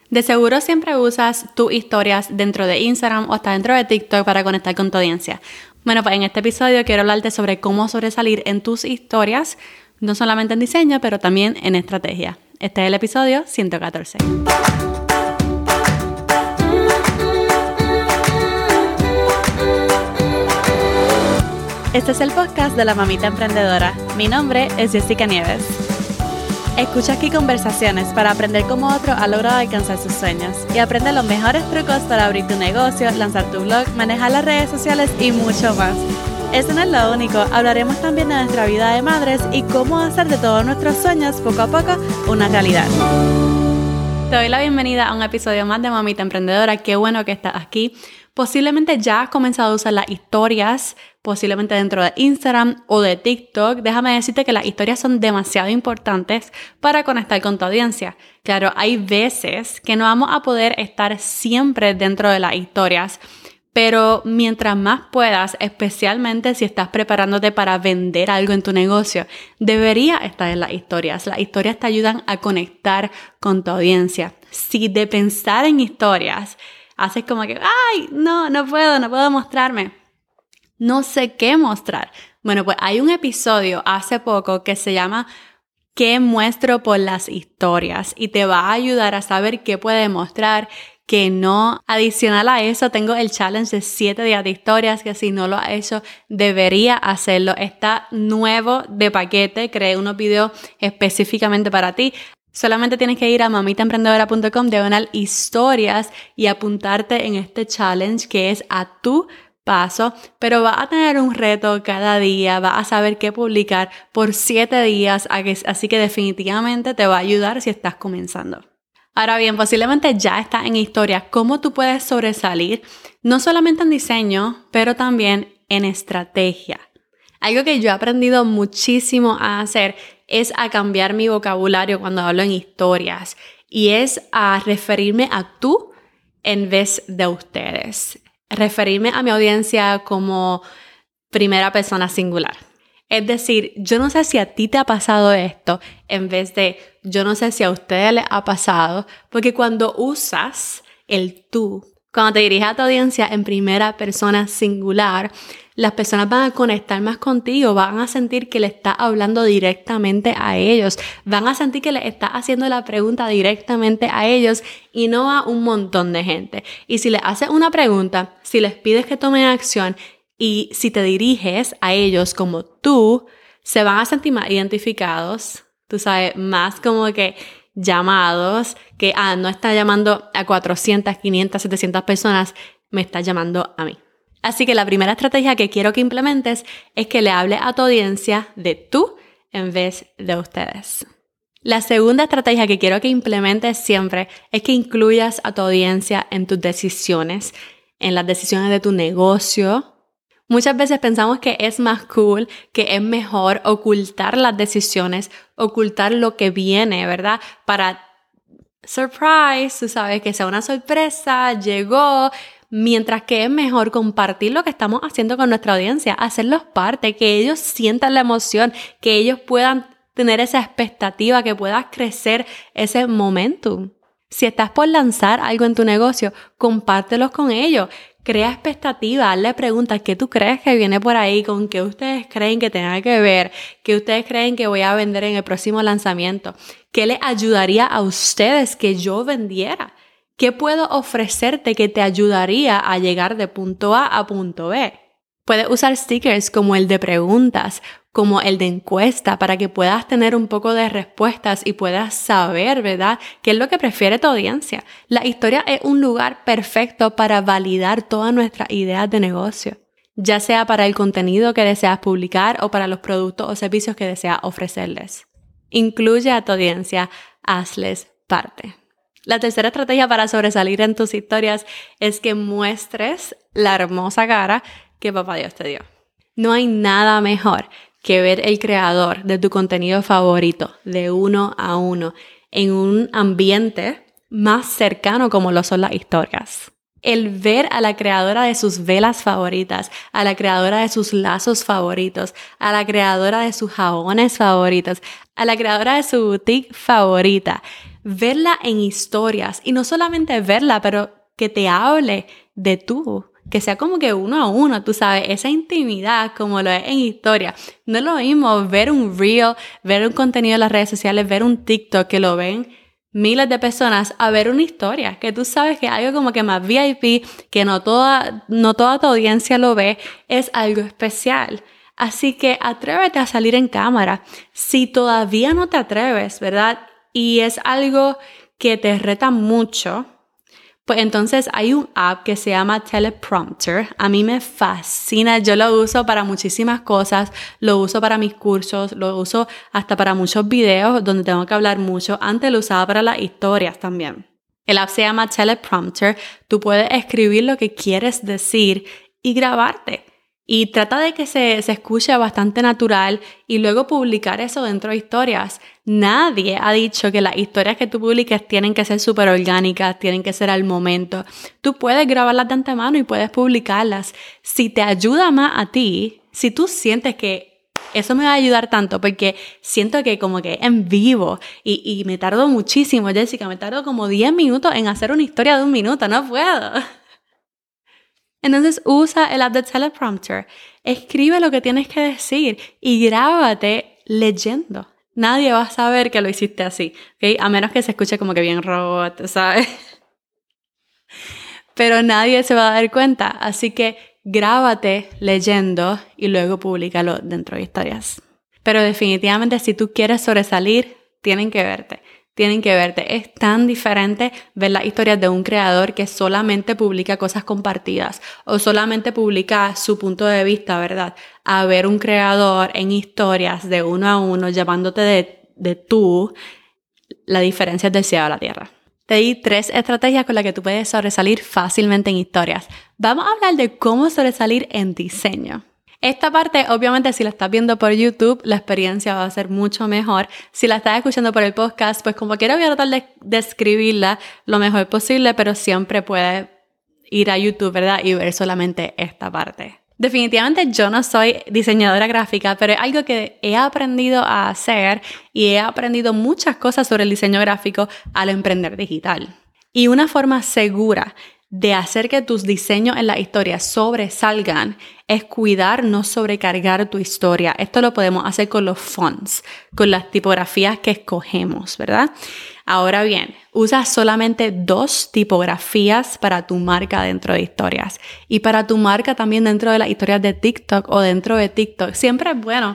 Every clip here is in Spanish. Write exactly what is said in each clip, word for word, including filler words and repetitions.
De seguro siempre usas tus historias dentro de Instagram o hasta dentro de TikTok para conectar con tu audiencia. Bueno, pues en este episodio quiero hablarte sobre cómo sobresalir en tus historias, no solamente en diseño, pero también en estrategia. Este es el episodio ciento catorce. Este es el podcast de La Mamita Emprendedora. Mi nombre es Jessica Nieves. Escucha aquí conversaciones para aprender cómo otro ha logrado alcanzar sus sueños y aprende los mejores trucos para abrir tu negocio, lanzar tu blog, manejar las redes sociales y mucho más. Eso no es lo único, hablaremos también de nuestra vida de madres y cómo hacer de todos nuestros sueños poco a poco una realidad. Te doy la bienvenida a un episodio más de Mamita Emprendedora. Qué bueno que estás aquí. Posiblemente ya has comenzado a usar las historias, posiblemente dentro de Instagram o de TikTok. Déjame decirte que las historias son demasiado importantes para conectar con tu audiencia. Claro, hay veces que no vamos a poder estar siempre dentro de las historias, pero mientras más puedas, especialmente si estás preparándote para vender algo en tu negocio, debería estar en las historias. Las historias te ayudan a conectar con tu audiencia. Si de pensar en historias haces como que, ay, no, no puedo, no puedo mostrarme. No sé qué mostrar. Bueno, pues hay un episodio hace poco que se llama ¿Qué muestro por las historias? Y te va a ayudar a saber qué puedes mostrar, qué no. Adicional a eso, tengo el challenge de siete días de historias, que si no lo has hecho, debería hacerlo. Está nuevo de paquete, creé unos videos específicamente para ti. Solamente tienes que ir a mamita emprendedora punto com, diagonal historias y apuntarte en este challenge que es a tu paso, pero vas a tener un reto cada día, vas a saber qué publicar por siete días, así que definitivamente te va a ayudar si estás comenzando. Ahora bien, posiblemente ya estás en historias. ¿Cómo tú puedes sobresalir? No solamente en diseño, pero también en estrategia. Algo que yo he aprendido muchísimo a hacer es a cambiar mi vocabulario cuando hablo en historias y es a referirme a tú en vez de ustedes. Referirme a mi audiencia como primera persona singular. Es decir, yo no sé si a ti te ha pasado esto en vez de yo no sé si a ustedes les ha pasado, porque cuando usas el tú, cuando te diriges a tu audiencia en primera persona singular, las personas van a conectar más contigo, van a sentir que le estás hablando directamente a ellos, van a sentir que le estás haciendo la pregunta directamente a ellos y no a un montón de gente. Y si les haces una pregunta, si les pides que tomen acción y si te diriges a ellos como tú, se van a sentir más identificados, tú sabes, más como que llamados, que ah, no está llamando a cuatrocientas, quinientas, setecientas personas, me está llamando a mí. Así que la primera estrategia que quiero que implementes es que le hables a tu audiencia de tú en vez de ustedes. La segunda estrategia que quiero que implementes siempre es que incluyas a tu audiencia en tus decisiones, en las decisiones de tu negocio. Muchas veces pensamos que es más cool, que es mejor ocultar las decisiones, ocultar lo que viene, ¿verdad? Para surprise, tú sabes, que sea una sorpresa, llegó. Mientras que es mejor compartir lo que estamos haciendo con nuestra audiencia, hacerlos parte, que ellos sientan la emoción, que ellos puedan tener esa expectativa, que puedas crecer ese momentum. Si estás por lanzar algo en tu negocio, compártelos con ellos. Crea expectativa, hazle preguntas. ¿Qué tú crees que viene por ahí? ¿Con qué ustedes creen que tenga que ver? ¿Qué ustedes creen que voy a vender en el próximo lanzamiento? ¿Qué les ayudaría a ustedes que yo vendiera? ¿Qué puedo ofrecerte que te ayudaría a llegar de punto A a punto B? Puedes usar stickers como el de preguntas, como el de encuesta, para que puedas tener un poco de respuestas y puedas saber, ¿verdad?, qué es lo que prefiere tu audiencia. La historia es un lugar perfecto para validar todas nuestras ideas de negocio, ya sea para el contenido que deseas publicar o para los productos o servicios que deseas ofrecerles. Incluye a tu audiencia, hazles parte. La tercera estrategia para sobresalir en tus historias es que muestres la hermosa cara que Papá Dios te dio. No hay nada mejor que ver el creador de tu contenido favorito de uno a uno en un ambiente más cercano como lo son las historias. El ver a la creadora de sus velas favoritas, a la creadora de sus lazos favoritos, a la creadora de sus jabones favoritos, a la creadora de su boutique favorita, verla en historias. Y no solamente verla, pero que te hable de tú. Que sea como que uno a uno, tú sabes, esa intimidad como lo es en historia. No es lo mismo ver un reel, ver un contenido en las redes sociales, ver un TikTok que lo ven miles de personas, a ver una historia, que tú sabes que algo como que más V I P, que no toda, no toda tu audiencia lo ve, es algo especial. Así que atrévete a salir en cámara. Si todavía no te atreves, ¿verdad? Y es algo que te reta mucho, pues entonces hay un app que se llama Teleprompter. A mí me fascina, yo lo uso para muchísimas cosas, lo uso para mis cursos, lo uso hasta para muchos videos donde tengo que hablar mucho. Antes lo usaba para las historias también. El app se llama Teleprompter. Tú puedes escribir lo que quieres decir y grabarte. Y trata de que se, se escuche bastante natural y luego publicar eso dentro de historias. Nadie ha dicho que las historias que tú publiques tienen que ser súper orgánicas, tienen que ser al momento. Tú puedes grabarlas de antemano y puedes publicarlas. Si te ayuda más a ti, si tú sientes que eso me va a ayudar tanto, porque siento que como que en vivo y, y me tardo muchísimo, Jessica, me tardo como diez minutos en hacer una historia de un minuto, no puedo. Entonces usa el app de Teleprompter, escribe lo que tienes que decir y grábate leyendo. Nadie va a saber que lo hiciste así, ¿okay? A menos que se escuche como que bien robot, ¿sabes? Pero nadie se va a dar cuenta, así que grábate leyendo y luego públicalo dentro de historias. Pero definitivamente si tú quieres sobresalir, tienen que verte. Tienen que verte. Es tan diferente ver las historias de un creador que solamente publica cosas compartidas o solamente publica su punto de vista, ¿verdad? A ver un creador en historias de uno a uno llamándote de, de tú. La diferencia es del cielo a la tierra. Te di tres estrategias con las que tú puedes sobresalir fácilmente en historias. Vamos a hablar de cómo sobresalir en diseño. Esta parte, obviamente, si la estás viendo por YouTube, la experiencia va a ser mucho mejor. Si la estás escuchando por el podcast, pues como quiera voy a tratar de describirla lo mejor posible, pero siempre puedes ir a YouTube, ¿verdad? Y ver solamente esta parte. Definitivamente yo no soy diseñadora gráfica, pero es algo que he aprendido a hacer y he aprendido muchas cosas sobre el diseño gráfico al emprender digital. Y una forma segura de hacer que tus diseños en la historia sobresalgan es cuidar no sobrecargar tu historia. Esto lo podemos hacer con los fonts, con las tipografías que escogemos, ¿verdad? Ahora bien, usa solamente dos tipografías para tu marca dentro de historias y para tu marca también dentro de las historias de TikTok o dentro de TikTok. Siempre es bueno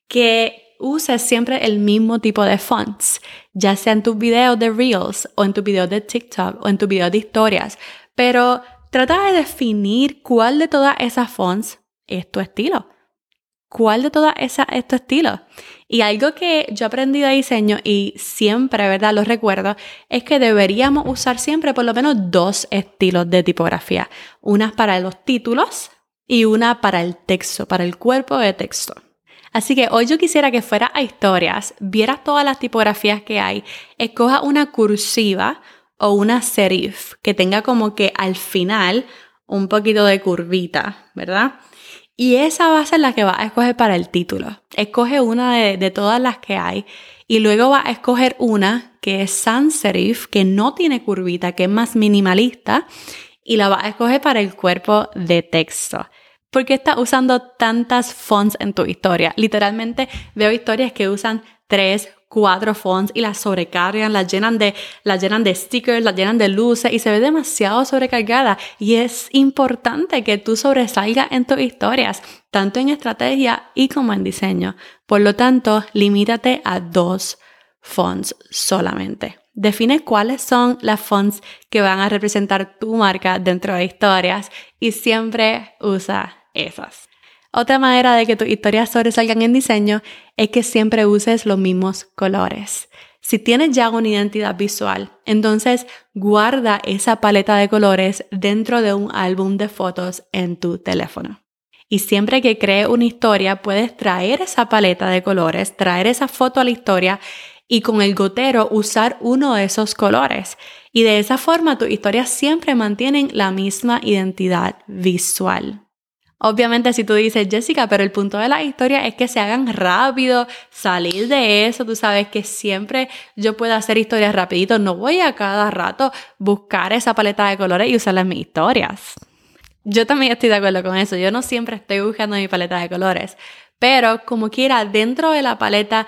que uses siempre el mismo tipo de fonts, ya sea en tus videos de Reels o en tus videos de TikTok o en tus videos de historias. Pero trata de definir cuál de todas esas fonts es tu estilo. ¿Cuál de todas esas es tu estilo? Y algo que yo aprendí de diseño y siempre, ¿verdad?, lo recuerdo, es que deberíamos usar siempre por lo menos dos estilos de tipografía. Una para los títulos y una para el texto, para el cuerpo de texto. Así que hoy yo quisiera que fueras a historias, vieras todas las tipografías que hay, escoja una cursiva o una serif que tenga como que al final un poquito de curvita, ¿verdad? Y esa va a ser la que vas a escoger para el título. Escoge una de, de todas las que hay y luego vas a escoger una que es sans serif, que no tiene curvita, que es más minimalista y la vas a escoger para el cuerpo de texto. ¿Por qué estás usando tantas fonts en tu historia? Literalmente veo historias que usan tres, cuatro fonts y las sobrecargan, las llenan de, las llenan de stickers, las llenan de luces y se ve demasiado sobrecargada. Y es importante que tú sobresalgas en tus historias, tanto en estrategia y como en diseño. Por lo tanto, limítate a dos fonts solamente. Define cuáles son las fonts que van a representar tu marca dentro de historias y siempre usa esas. Otra manera de que tus historias sobresalgan en diseño es que siempre uses los mismos colores. Si tienes ya una identidad visual, entonces guarda esa paleta de colores dentro de un álbum de fotos en tu teléfono. Y siempre que crees una historia, puedes traer esa paleta de colores, traer esa foto a la historia y con el gotero usar uno de esos colores. Y de esa forma tus historias siempre mantienen la misma identidad visual. Obviamente si tú dices, Jessica, pero el punto de la historia es que se hagan rápido, salir de eso, tú sabes que siempre yo puedo hacer historias rapidito, no voy a cada rato buscar esa paleta de colores y usarla en mis historias. Yo también estoy de acuerdo con eso, yo no siempre estoy buscando mi paleta de colores, pero como quiera, dentro de la paleta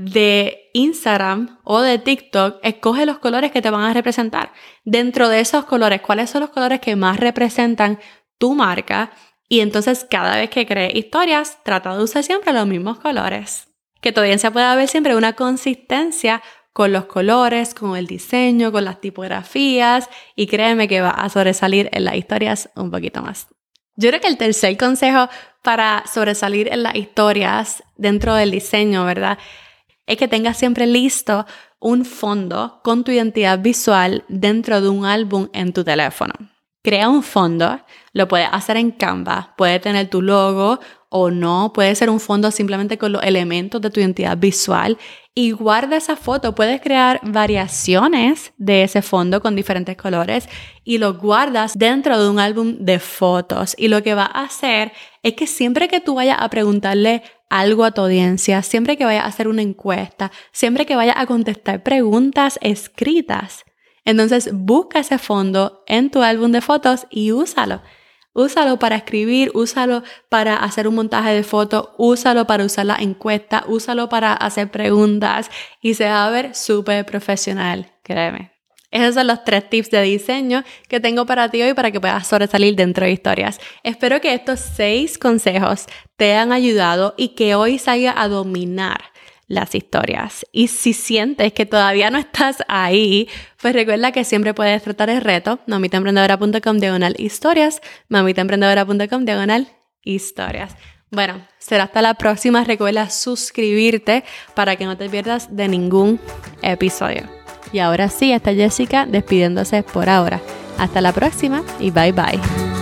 de Instagram o de TikTok, escoge los colores que te van a representar. Dentro de esos colores, ¿cuáles son los colores que más representan tu marca? Y entonces cada vez que crees historias, trata de usar siempre los mismos colores. Que tu audiencia pueda ver siempre una consistencia con los colores, con el diseño, con las tipografías y créeme que va a sobresalir en las historias un poquito más. Yo creo que el tercer consejo para sobresalir en las historias dentro del diseño, ¿verdad? Es que tengas siempre listo un fondo con tu identidad visual dentro de un álbum en tu teléfono. Crea un fondo, lo puedes hacer en Canva, puede tener tu logo o no, puede ser un fondo simplemente con los elementos de tu identidad visual y guarda esa foto. Puedes crear variaciones de ese fondo con diferentes colores y lo guardas dentro de un álbum de fotos. Y lo que va a hacer es que siempre que tú vayas a preguntarle algo a tu audiencia, siempre que vayas a hacer una encuesta, siempre que vayas a contestar preguntas escritas, entonces busca ese fondo en tu álbum de fotos y úsalo. Úsalo para escribir, úsalo para hacer un montaje de fotos, úsalo para usar la encuesta, úsalo para hacer preguntas y se va a ver súper profesional, créeme. Esos son los tres tips de diseño que tengo para ti hoy para que puedas sobresalir dentro de historias. Espero que estos seis consejos te hayan ayudado y que hoy salga a dominar las historias. Y si sientes que todavía no estás ahí, pues recuerda que siempre puedes tratar el reto mamitaemprendedora.com diagonal historias, mamitaemprendedora.com diagonal historias. Bueno, será hasta la próxima. Recuerda suscribirte para que no te pierdas de ningún episodio. Y ahora sí, está Jessica despidiéndose por ahora. Hasta la próxima y bye bye.